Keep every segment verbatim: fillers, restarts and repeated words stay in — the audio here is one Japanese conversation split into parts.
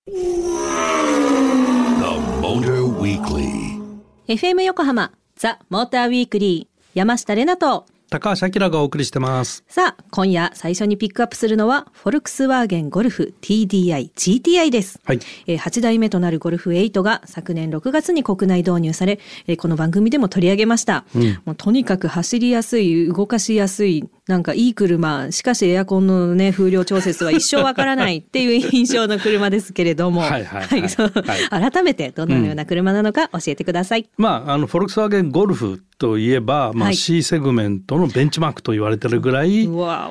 エフエム 横浜ザ・モーターウィークリー、山下れなと高橋明がお送りしてます。 さあ、今夜最初にピックアップするのはフォルクスワーゲンゴルフ ティーディーアイジーティーアイ です、 はいえー、はちだいめとなるゴルフエイトが昨年ろくがつに国内導入され、えー、この番組でも取り上げました、うん、もうとにかく走りやすい、動かしやすい、なんかいい車、しかしエアコンの、ね、風量調節は一生わからないっていう印象の車ですけれどもはいはいはい、はい、改めてどのような車なのか教えてください、 うんまあ、あのフォルクスワーゲンゴルフといえば、まあ、C セグメントのベンチマークと言われてるぐらい、 はい、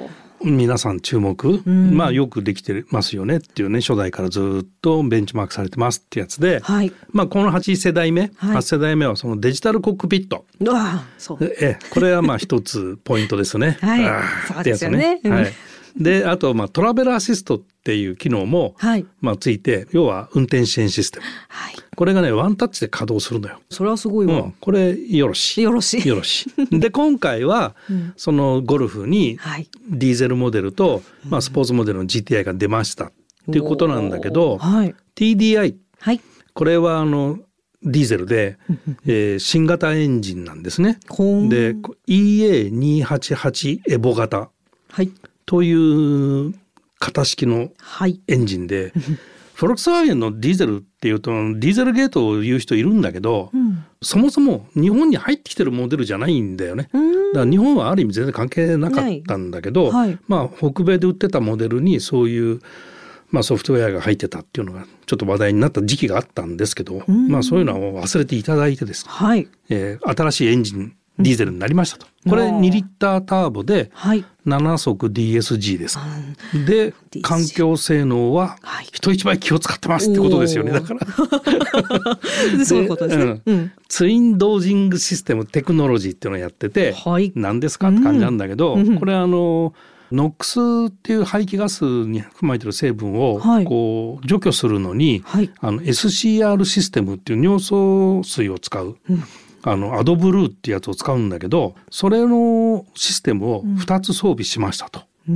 皆さん注目、うんまあ、よくできてますよねっていうね、初代からずっとベンチマークされてますってやつで、はいまあ、このはちせだいめ、はい、はちせだいめはそのデジタルコックピット、 うわそうえこれはまあ一つポイントですねはいあそうですよね、 ってやつね、はいであとまあトラベルアシストっていう機能も、はいまあ、ついて、要は運転支援システム、はい、これがねワンタッチで稼働するのよ。 それはすごいわ、 うん、これよろしいよろしいよろしいで今回は、うん、そのゴルフにディーゼルモデルと、はいまあ、スポーツモデルの ジーティーアイ が出ましたっていうことなんだけど、はい、ティーディーアイ、はい、これはあのディーゼルで、えー、新型エンジンなんですね。で イーエーにひゃくはちじゅうはち エボ型、はいという型式のエンジンで、はい、フォルクスワーゲンのディーゼルっていうとディーゼルゲートを言う人いるんだけど、うん、そもそも日本に入ってきてるモデルじゃないんだよね。だから日本はある意味全然関係なかったんだけど、はいまあ、北米で売ってたモデルにそういう、まあ、ソフトウェアが入ってたっていうのがちょっと話題になった時期があったんですけど、まあ、そういうのは忘れていただいてですね、はいえー、新しいエンジンディーゼルになりましたと。これにリッターターボでななそく ディーエスジー です、はい、で環境性能は人一倍気を使ってますってことですよね。だからそういうことですね、うん、 ツインドージングシステムテクノロジーっていうのをやってて、はい、何ですかって感じなんだけど、うん、これあのノックスっていう排気ガスに含まれている成分をこう除去するのに、はい、あの エスシーアール システムっていう尿素水を使う、うんあのアドブルーっていうやつを使うんだけど、それのシステムをふたつ装備しましたと、うん、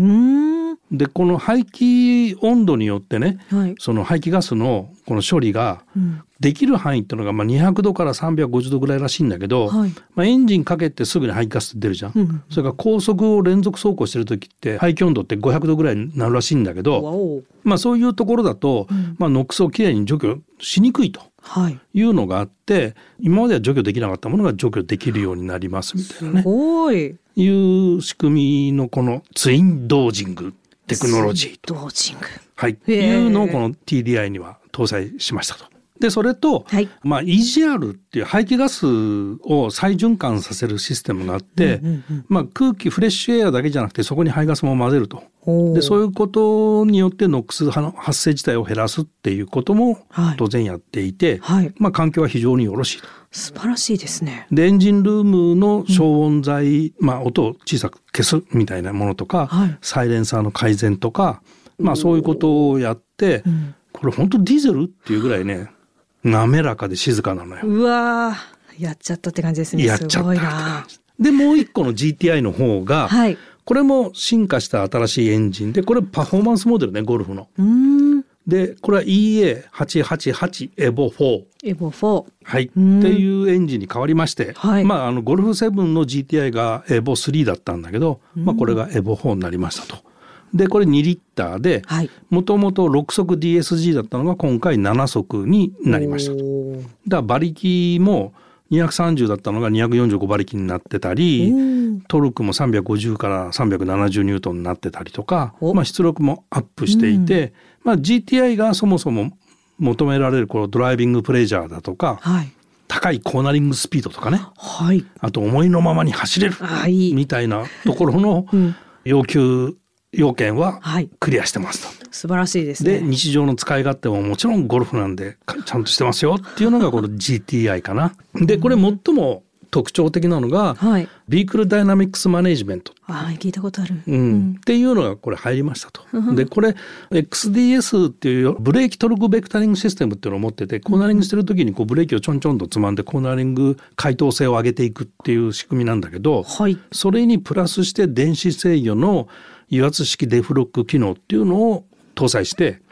でこの排気温度によってね、はい、その排気ガスのこの処理ができる範囲っていうのがまあにひゃくどからさんびゃくごじゅうどぐらいらしいんだけど、はいまあ、エンジンかけてすぐに排気ガス出るじゃん、うん、それから高速を連続走行してる時って排気温度ってごひゃくどぐらいになるらしいんだけど、まあ、そういうところだと、うんまあ、ノックスをきれいに除去しにくいというのがあって、はい、今までは除去できなかったものが除去できるようになりますみたいなね、すごいいう仕組みのこのツインドージングテクノロジーと、 ドージング、 はい、いうのをこの ティーディーアイ には搭載しましたと。でそれと、はいまあ、イージーアール っていう排気ガスを再循環させるシステムがあって、うんうんうんまあ、空気フレッシュエアだけじゃなくてそこに排ガスも混ぜると。でそういうことによってノックス発生自体を減らすっていうことも当然やっていて、はいはいまあ、環境は非常によろしいと。 素晴らしいですね。 でエンジンルームの消音材、うんまあ、音を小さく消すみたいなものとか、はい、サイレンサーの改善とか、まあ、そういうことをやって、うん、これ本当ディーゼルっていうぐらいね滑らかで静かなのよ。 うわやっちゃったって感じですね。 やっちゃったすごいな。 でもう一個の ジーティーアイ の方が、はい、これも進化した新しいエンジンで、これパフォーマンスモデルね、ゴルフの。うーんでこれは イーエーはちはちはち エボフォーエボフォー、 はい、っていうエンジンに変わりまして、はいまあ、あのゴルフセブンの ジーティーアイ がエボスリーだったんだけど、まあ、これがエボフォーになりましたと。でこれにリッターでもともとろくそく ディーエスジー だったのが今回ななそくになりましたと。だから馬力もにひゃくさんじゅうだったのがにひゃくよんじゅうご馬力になってたり、トルクもさんびゃくごじゅうからさんびゃくななじゅうニュートンになってたりとか、まあ、出力もアップしていて、まあ、ジーティーアイ がそもそも求められるこのドライビングプレジャーだとか、はい、高いコーナリングスピードとかね、はい、あと思いのままに走れるみたいなところの要求要件はクリアしてますと、はい、 素晴らしいですね。 で日常の使い勝手ももちろんゴルフなんでちゃんとしてますよっていうのがこの ジーティーアイ かな。でこれ最も特徴的なのが、はい、ビークルダイナミックスマネジメント、 あ聞いたことある、 うんうん、っていうのがこれ入りましたと。でこれ エックスディーエス っていうブレーキトルクベクタリングシステムっていうのを持ってて、コーナリングしてる時にこうブレーキをちょんちょんとつまんでコーナリング解凍性を上げていくっていう仕組みなんだけど、はい、それにプラスして電子制御の油圧式デフロック機能っていうのを搭載して、うん、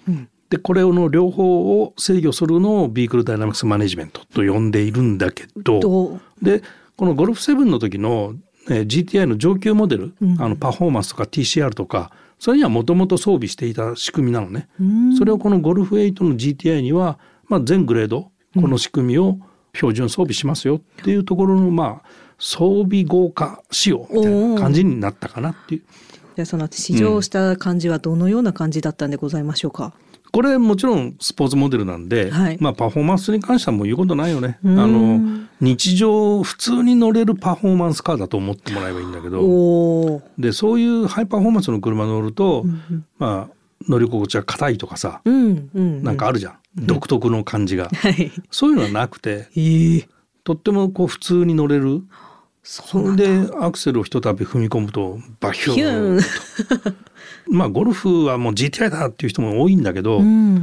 でこれの両方を制御するのをビークルダイナミクスマネジメントと呼んでいるんだけど、でこのゴルフセブンの時の、えー、ジーティーアイ の上級モデル、うん、あのパフォーマンスとか ティーシーアール とかそれにはもともと装備していた仕組みなのね。それをこのゴルフエイトの ジーティーアイ には、まあ、全グレードこの仕組みを標準装備しますよっていうところの、まあ、装備豪華仕様みたいな感じになったかなっていう。 じゃあその試乗した感じはどのような感じだったんでございましょうか。 これもちろんスポーツモデルなんで、はい、まあ、パフォーマンスに関してはもう言うことないよね。あの日常普通に乗れるパフォーマンスカーだと思ってもらえばいいんだけど、でそういうハイパフォーマンスの車乗ると、うんうん、まあ、乗り心地が硬いとかさ、うんうんうん、なんかあるじゃん、うん、独特の感じが、はい、そういうのはなくて、えー、とってもこう普通に乗れる。それでアクセルをひとたび踏み込むとバヒューンとまあゴルフはもう ジーティーアイ だっていう人も多いんだけど、うん、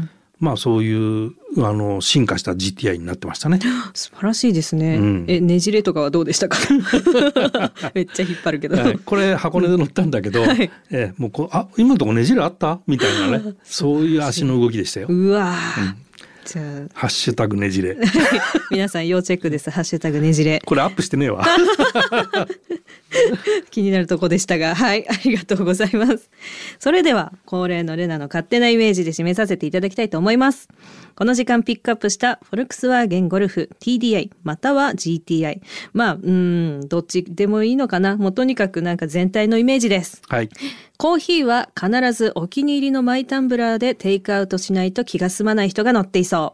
まあそういうあの進化した ジーティーアイ になってましたね。 素晴らしいですね、うん、えねじれとかはどうでしたかめっちゃ引っ張るけど、 はい、これ箱根で乗ったんだけど、はい、えもうこあ今のとこねじれあったみたいなねそういう足の動きでしたよ。 うわ、うん、 じゃあハッシュタグねじれ皆さん要チェックです。ハッシュタグねじれ、 これアップしてねえわ気になるとこでしたが、はい、ありがとうございます。それでは恒例のレナの勝手なイメージで締めさせていただきたいと思います。この時間ピックアップしたフォルクスワーゲンゴルフ ティーディーアイ または ジーティーアイ、 まあうーんどっちでもいいのかな。もうとにかくなんか全体のイメージです、はい、コーヒーは必ずお気に入りのマイタンブラーでテイクアウトしないと気が済まない人が乗っていそう。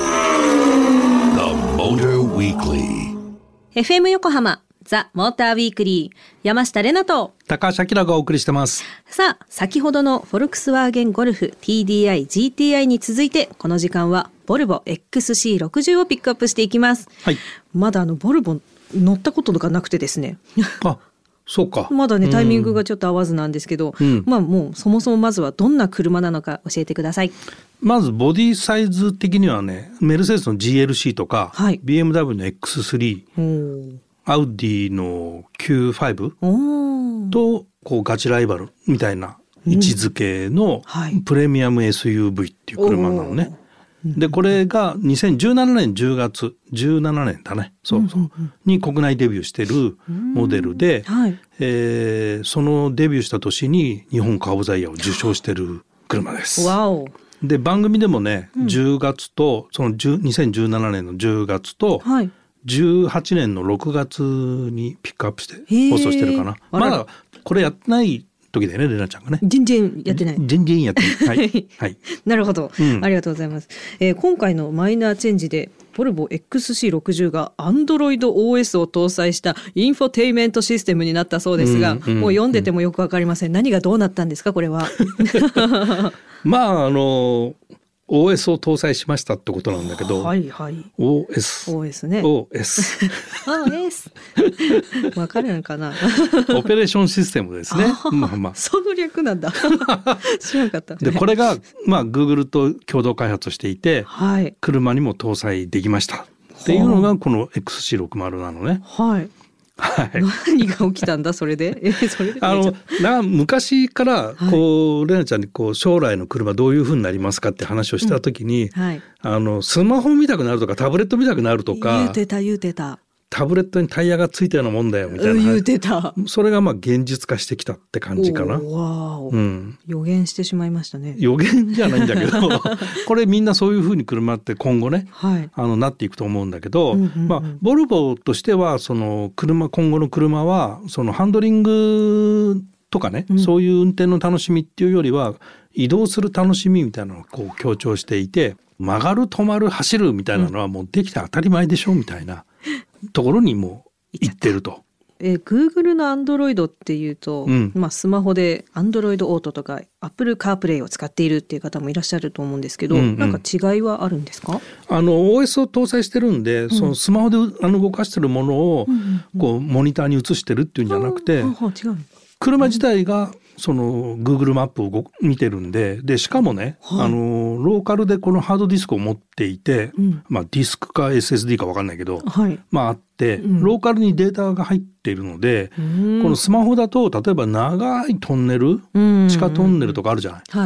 エフエム 横浜ザ・モーターウィークリー、山下れなと高橋明がお送りしてます。 さあ先ほどのフォルクスワーゲンゴルフ ティーディーアイ、ジーティーアイ に続いてこの時間はボルボ エックスシーろくじゅう をピックアップしていきます、はい、まだあのボルボ乗ったことがなくてですねあそうか、 まだねタイミングがちょっと合わずなんですけど、うん、まあもうそもそもまずはどんな車なのか教えてください。 まずボディサイズ的にはねメルセデスの ジーエルシー とか、はい、ビーエムダブリュー の エックススリー、アウディの キューファイブ とこうガチライバルみたいな位置づけのプレミアム エスユーブイ っていう車なのね、はい、でこれがにせんじゅうななねんじゅうがつじゅうななねんだねそうそう、うんうんうん、に国内デビューしてるモデルで、はい、えー、そのデビューした年に日本カー・オブ・ザ・イヤーを受賞してる車です。 わお。 で番組でもね、うん、じゅうがつとそのにせんじゅうななねんのじゅうがつと、はい、じゅうはちねんのろくがつにピックアップして放送してるかな。まだこれやってない時だよねレナちゃんがね。 全然やってない。 全然やってない。はい。はい、 なるほど、うん、ありがとうございます、えー。今回のマイナーチェンジでボルボ エックスシーろくじゅう が Android オーエス を搭載したインフォテイメントシステムになったそうですが、うんうん、もう読んでてもよくわかりません。何がどうなったんですかこれは。 まああの オーエス を搭載しましたってことなんだけど、 はいはい、 オーエスオーエス ねオーエスオーエス わかるのかな。 オペレーションシステムですね。あ、まあまあ、 その略なんだ。知らなかった。 でこれが、まあ、Google と共同開発していて、はい、車にも搭載できましたっていうのがこの エックスシーろくじゅう なのね。はいはい、何が起きたんだそれで。えそれであのな昔からこう、はい、レナちゃんにこう将来の車どういう風になりますかって話をした時に、うんはい、あのスマホ見たくなるとかタブレット見たくなるとか言うてた言うてた。 タブレットにタイヤがついたようなもんだよみたいな言うてた。 それがまあ現実化してきたって感じかな。 わー、うん、予言してしまいましたね。 予言じゃないんだけどこれみんなそういうふうに車って今後ね、はい、あのなっていくと思うんだけど、うんうんうん、まあ、ボルボとしてはその車今後の車はそのハンドリングとかね、うん、そういう運転の楽しみっていうよりは移動する楽しみみたいなのをこう強調していて、曲がる止まる走るみたいなのはもうできて当たり前でしょみたいなところにもう行ってると。 えー、Google の Android っていうと、うんまあ、スマホで Android Auto とか Apple CarPlay を使っているっていう方もいらっしゃると思うんですけど、うんうん、なんか違いはあるんですか？ あの オーエス を搭載してるんで、うん、そのスマホであの動かしてるものをこうモニターに映してるっていうんじゃなくて、うんうんうん、違う車自体がその Google マップを見てるんで、でしかもね、はい、あのローカルでこのハードディスクを持っていて、うん、まあディスクか エスエスディー か分かんないけど、はい、まああって、うん、ローカルにデータが入っているので、うん、このスマホだと例えば長いトンネル、うん、地下トンネルとかあるじゃない、はい、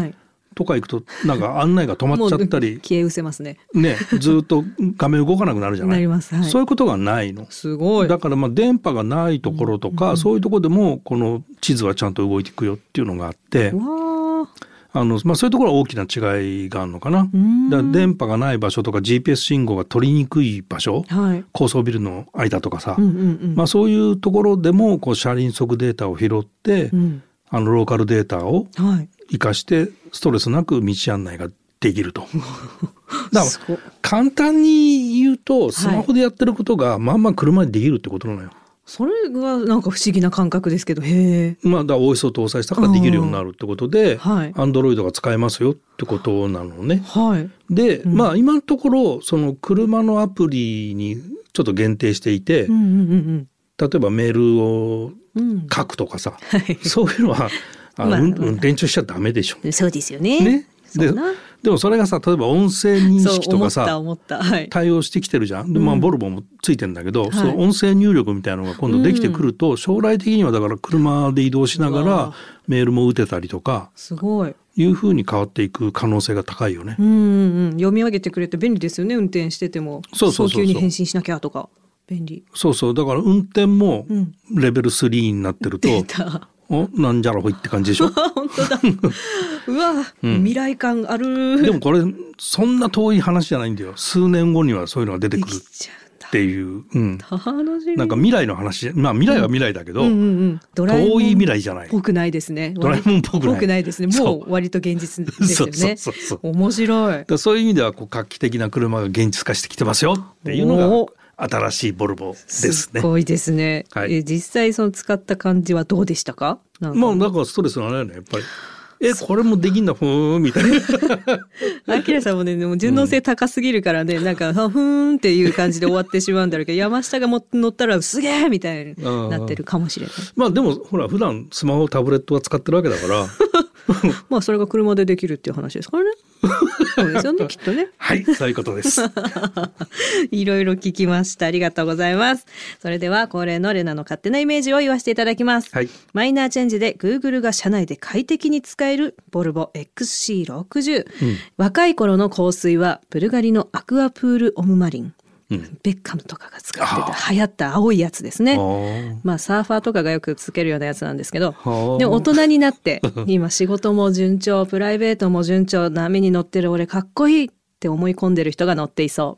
とか行くとなんか案内が止まっちゃったり消え失せますね。 ね、ずっと画面動かなくなるじゃない。 なります、はい、 そういうことがないの。 すごい。 だからまあ電波がないところとか、うんうん、そういうところでもこの地図はちゃんと動いていくよっていうのがあって、わあの、まあ、そういうところは大きな違いがあるのかな。だから電波がない場所とか ジーピーエス 信号が取りにくい場所、はい、高層ビルの間とかさ、うんうんうん、まあ、そういうところでもこう車輪速データを拾って、うん、あのローカルデータを生かしてストレスなく道案内ができると。だから簡単に言うとスマホでやってることがまあまあ車にできるってことなのよ。 それがなんか不思議な感覚ですけど、へえ。 まあだから オーエス を搭載したからできるようになるってことで、はい、Android が使えますよってことなのね。はい、で、うん、まあ今のところその車のアプリにちょっと限定していて、うんうんうんうん、例えばメールを書くとかさ、うんはい、そういうのはあの、まあ、運転中しちゃダメでしょ。 そうですよね。 ね。で, でもそれがさ、例えば音声認識とかさ、 思った思った、はい、 対応してきてるじゃん。で、まあ、ボルボもついてるんだけど、うん、その音声入力みたいなのが今度できてくると、うん、将来的にはだから車で移動しながらメールも打てたりとか、 すごいいう風に変わっていく可能性が高いよね。 うんうん、読み上げてくれて便利ですよね。運転しててもそうそうそうそう、 早急に返信しなきゃとか便利。 そうそう、だから運転もレベルスリーになってると、うん、出たおなんじゃらほいって感じでしょ。 本当だ。うわ、うん、未来感ある。 でもこれそんな遠い話じゃないんだよ。数年後にはそういうのが出てくるっていう、うん、なんか未来の話、まあ未来は未来だけど、うんうんうんうん、ドラえもん遠い未来じゃない。 ぽくないですね。 ドラえもんぽくない。 ぽくないですね。もう割と現実ですよね。そうそうそうそう。面白い。 だそういう意味ではこう画期的な車が現実化してきてますよっていうのが新しいボルボですね。 すごいですね。はい、え実際その使った感じはどうでしたか？なんかまあだからストレスがないよねやっぱり。えこれもできんだふーんみたいな。 アキラさんもね、でも順応性高すぎるからね、うん、なんかふーんっていう感じで終わってしまうんだろうけど、山下がも乗ったらすげえみたいになってるかもしれない。 まあでもほら普段スマホタブレットは使ってるわけだから。 まあそれが車でできるっていう話ですからね。そうですよねきっとね。 はいそういうことです。 いろいろ聞きました。ありがとうございます。それでは恒例のレナの勝手なイメージを言わせていただきます。はい、マイナーチェンジで Google が社内で快適に使えるボルボ エックスシーろくじゅう、うん、若い頃の香水はブルガリのアクアプールオムマリン。うん、ベッカムとかが使ってて流行った青いやつですね。まあサーファーとかがよくつけるようなやつなんですけど、でも大人になって今仕事も順調、プライベートも順調、波に乗ってる俺かっこいいって思い込んでる人が乗っていそう。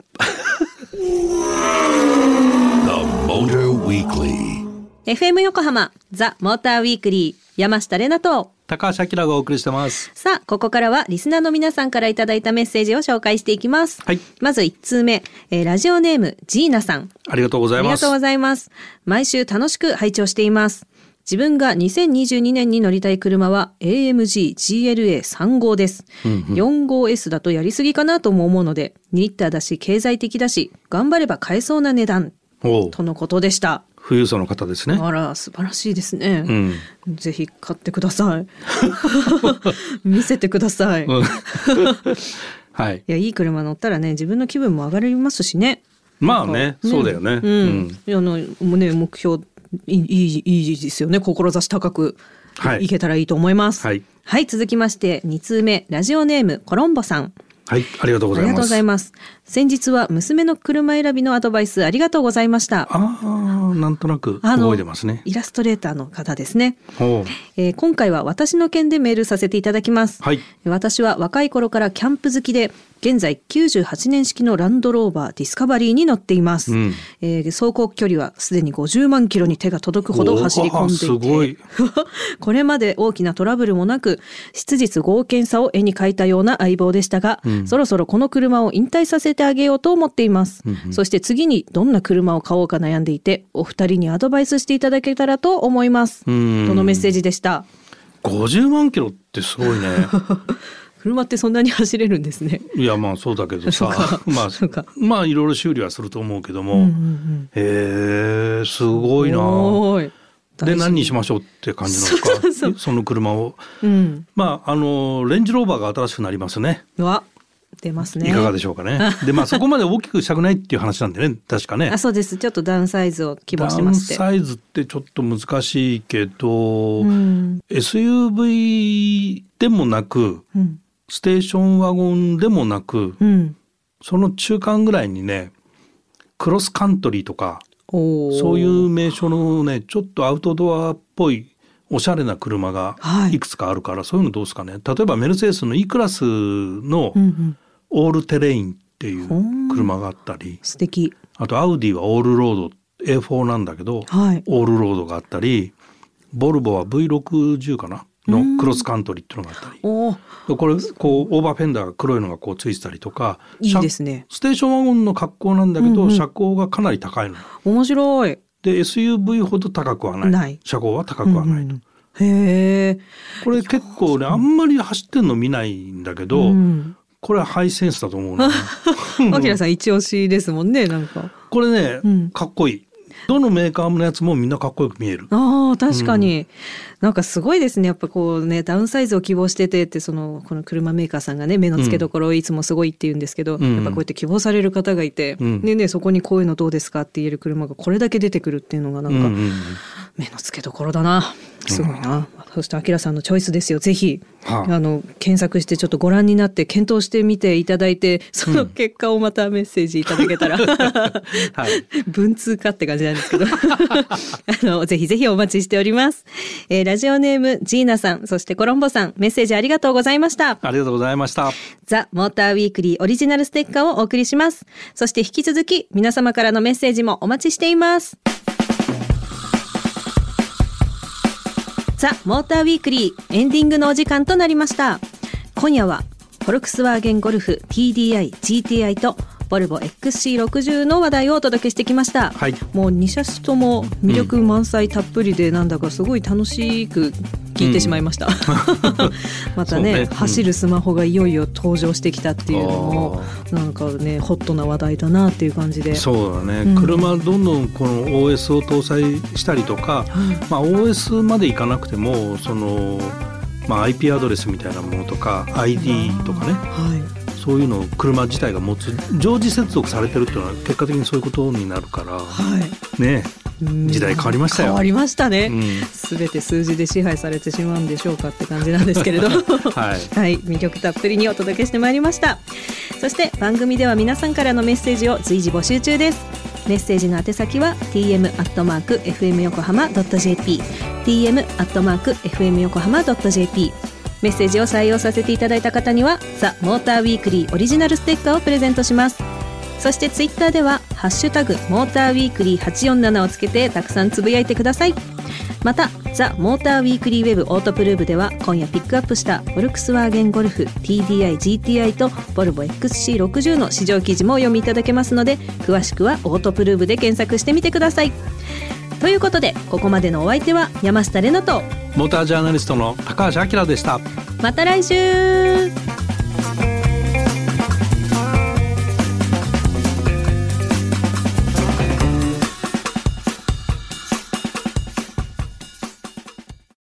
エフエム 横浜ザ・モーターウィークリー山下れなと高橋明がお送りしてます。 さあここからはリスナーの皆さんからいただいたメッセージを紹介していきます。はい、まずいち通目、えー、ラジオネームジーナさん、 ありがとうございます。 ありがとうございます。毎週楽しく拝聴しています。自分がにせんにじゅうにねんに乗りたい車は エーエムジージーエルエーさん号 です、うんうん、よん号エス だとやりすぎかなとも思うのでにリッターだし経済的だし頑張れば買えそうな値段とのことでした。 富裕層の方ですね。 あら素晴らしいですね、うん、ぜひ買ってください。見せてください。はい、いやいい車乗ったらね自分の気分も上がりますしね。 まあね、そうだよね。うんうん、 いやのね目標いいいいですよね。志高くいけたらいいと思います。はい、はい、続きましてに通目ラジオネームコロンボさん。 はい、ありがとうございます。 ありがとうございます。先日は娘の車選びのアドバイスありがとうございました。 ああ、なんとなく覚えてますね。 イラストレーターの方ですね。えー、今回は私の件でメールさせていただきます。はい、私は若い頃からキャンプ好きで、現在きゅうじゅうはちねん式のランドローバーディスカバリーに乗っています。うん、えー、走行距離はすでにごじゅうまんキロに手が届くほど走り込んでいて、すごいこれまで大きなトラブルもなく、質実剛健さを絵に描いたような相棒でしたが、うん、そろそろこの車を引退させてあげようと思っています。うんうん、そして次にどんな車を買おうか悩んでいて、お二人にアドバイスしていただけたらと思います。とのメッセージでした。 ごじゅうまんキロってすごいね。 車ってそんなに走れるんですね。 いやまあそうだけどさ、まあまあいろいろ修理はすると思うけども、うんうんうん、へえすごいな。で何にしましょうって感じなのか。そうそうその車を、うん、まああのレンジローバーが新しくなりますね。 わ出ますね。 いかがでしょうかね。でまあそこまで大きくしたくないっていう話なんでね確かね。 あそうです。ちょっとダウンサイズを希望してますって。 ダウンサイズってちょっと難しいけど、うん、エスユーブイ でもなく、うんステーションワゴンでもなく、 うん、 その中間ぐらいにねクロスカントリーとかそういう名称のねちょっとアウトドアっぽいおしゃれな車がいくつかあるから、はい、そういうのどうですかね。例えばメルセデスの E クラスのオールテレインっていう車があったり、 素敵。あとアウディはオールロード エーフォー なんだけど、 はい、 オールロードがあったり、ボルボは ブイろくじゅう かなのクロスカントリーっていうのがあったり、 おこれこうオーバーフェンダーが黒いのがこうついてたりとか、 いいですね。 ステーションワゴンの格好なんだけど、うんうん、車高がかなり高いの。 面白い。 で エスユーブイ ほど高くはない、 ない車高は高くはない、うんうん、 へえ。 これ結構ねあんまり走ってんの見ないんだけど、うん、これはハイセンスだと思うね。 あきらさん一押しですもんね。なんかこれね、うん、かっこいい。どのメーカーのやつもみんなかっこよく見える。 ああ確かに、うん、なんかすごいですね。やっぱこうねダウンサイズを希望しててってそのこの車メーカーさんがね目の付けどころをいつもすごいって言うんですけど、うん、やっぱこうやって希望される方がいて、うん、でねそこにこういうのどうですかって言える車がこれだけ出てくるっていうのがなんか、うんうん、目の付けどころだな。すごいな、うん、そしてあきらさんのチョイスですよ。ぜひ、はあ、あの検索してちょっとご覧になって検討してみていただいてその結果をまたメッセージいただけたら、うん、はい、文通かって感じなんですけどあのぜひぜひお待ちしております、えー、ラジオネームジーナさんそしてコロンボさんメッセージありがとうございました。 ありがとうございました。 ザ・モーターウィークリーオリジナルステッカーをお送りします。そして引き続き皆様からのメッセージもお待ちしています。ザ・モーターウィークリーエンディングのお時間となりました。今夜はフォルクスワーゲンゴルフ ティーディーアイ、ジーティーアイ とボルボ エックスシーろくじゅう の話題をお届けしてきました、 はい、 もうに車種とも魅力満載たっぷりで、なんだかすごい楽しく聞いてしまいました、うん、また ね, ね、うん、走るスマホがいよいよ登場してきたっていうのもなんかねホットな話題だなっていう感じで。 そうだね、うん、車どんどんこの オーエス を搭載したりとか、うん、まあ、オーエス までいかなくてもその、まあ、アイピー アドレスみたいなものとか アイディー とかね、 はい、 そういうのを車自体が持つ常時接続されてるっていうのは結果的にそういうことになるから、 はい、 ね、時代変わりましたよ。 変わりましたね、 うん、 全て数字で支配されてしまうんでしょうかって感じなんですけれどはい、はい、魅力たっぷりにお届けしてまいりました。そして番組では皆さんからのメッセージを随時募集中です。メッセージの宛先は ティーエム アットマーク エフエム 横浜 ドット ジェーピー ティーエム アットマーク エフエム 横浜 ドット ジェーピー。 メッセージを採用させていただいた方にはザ・モーターウィークリーオリジナルステッカーをプレゼントします。そしてツイッターではハッシュタグモーターウィークリーはちよんななをつけてたくさんつぶやいてください。またザ・モーターウィークリーウェブオートプルーブでは今夜ピックアップしたフォルクスワーゲンゴルフ ティーディーアイ、ジーティーアイ とボルボ エックスシーろくじゅう の試乗記事もお読みいただけますので詳しくはオートプルーブで検索してみてください。ということでここまでのお相手は山下玲奈とモータージャーナリストの高橋明でした。 また来週。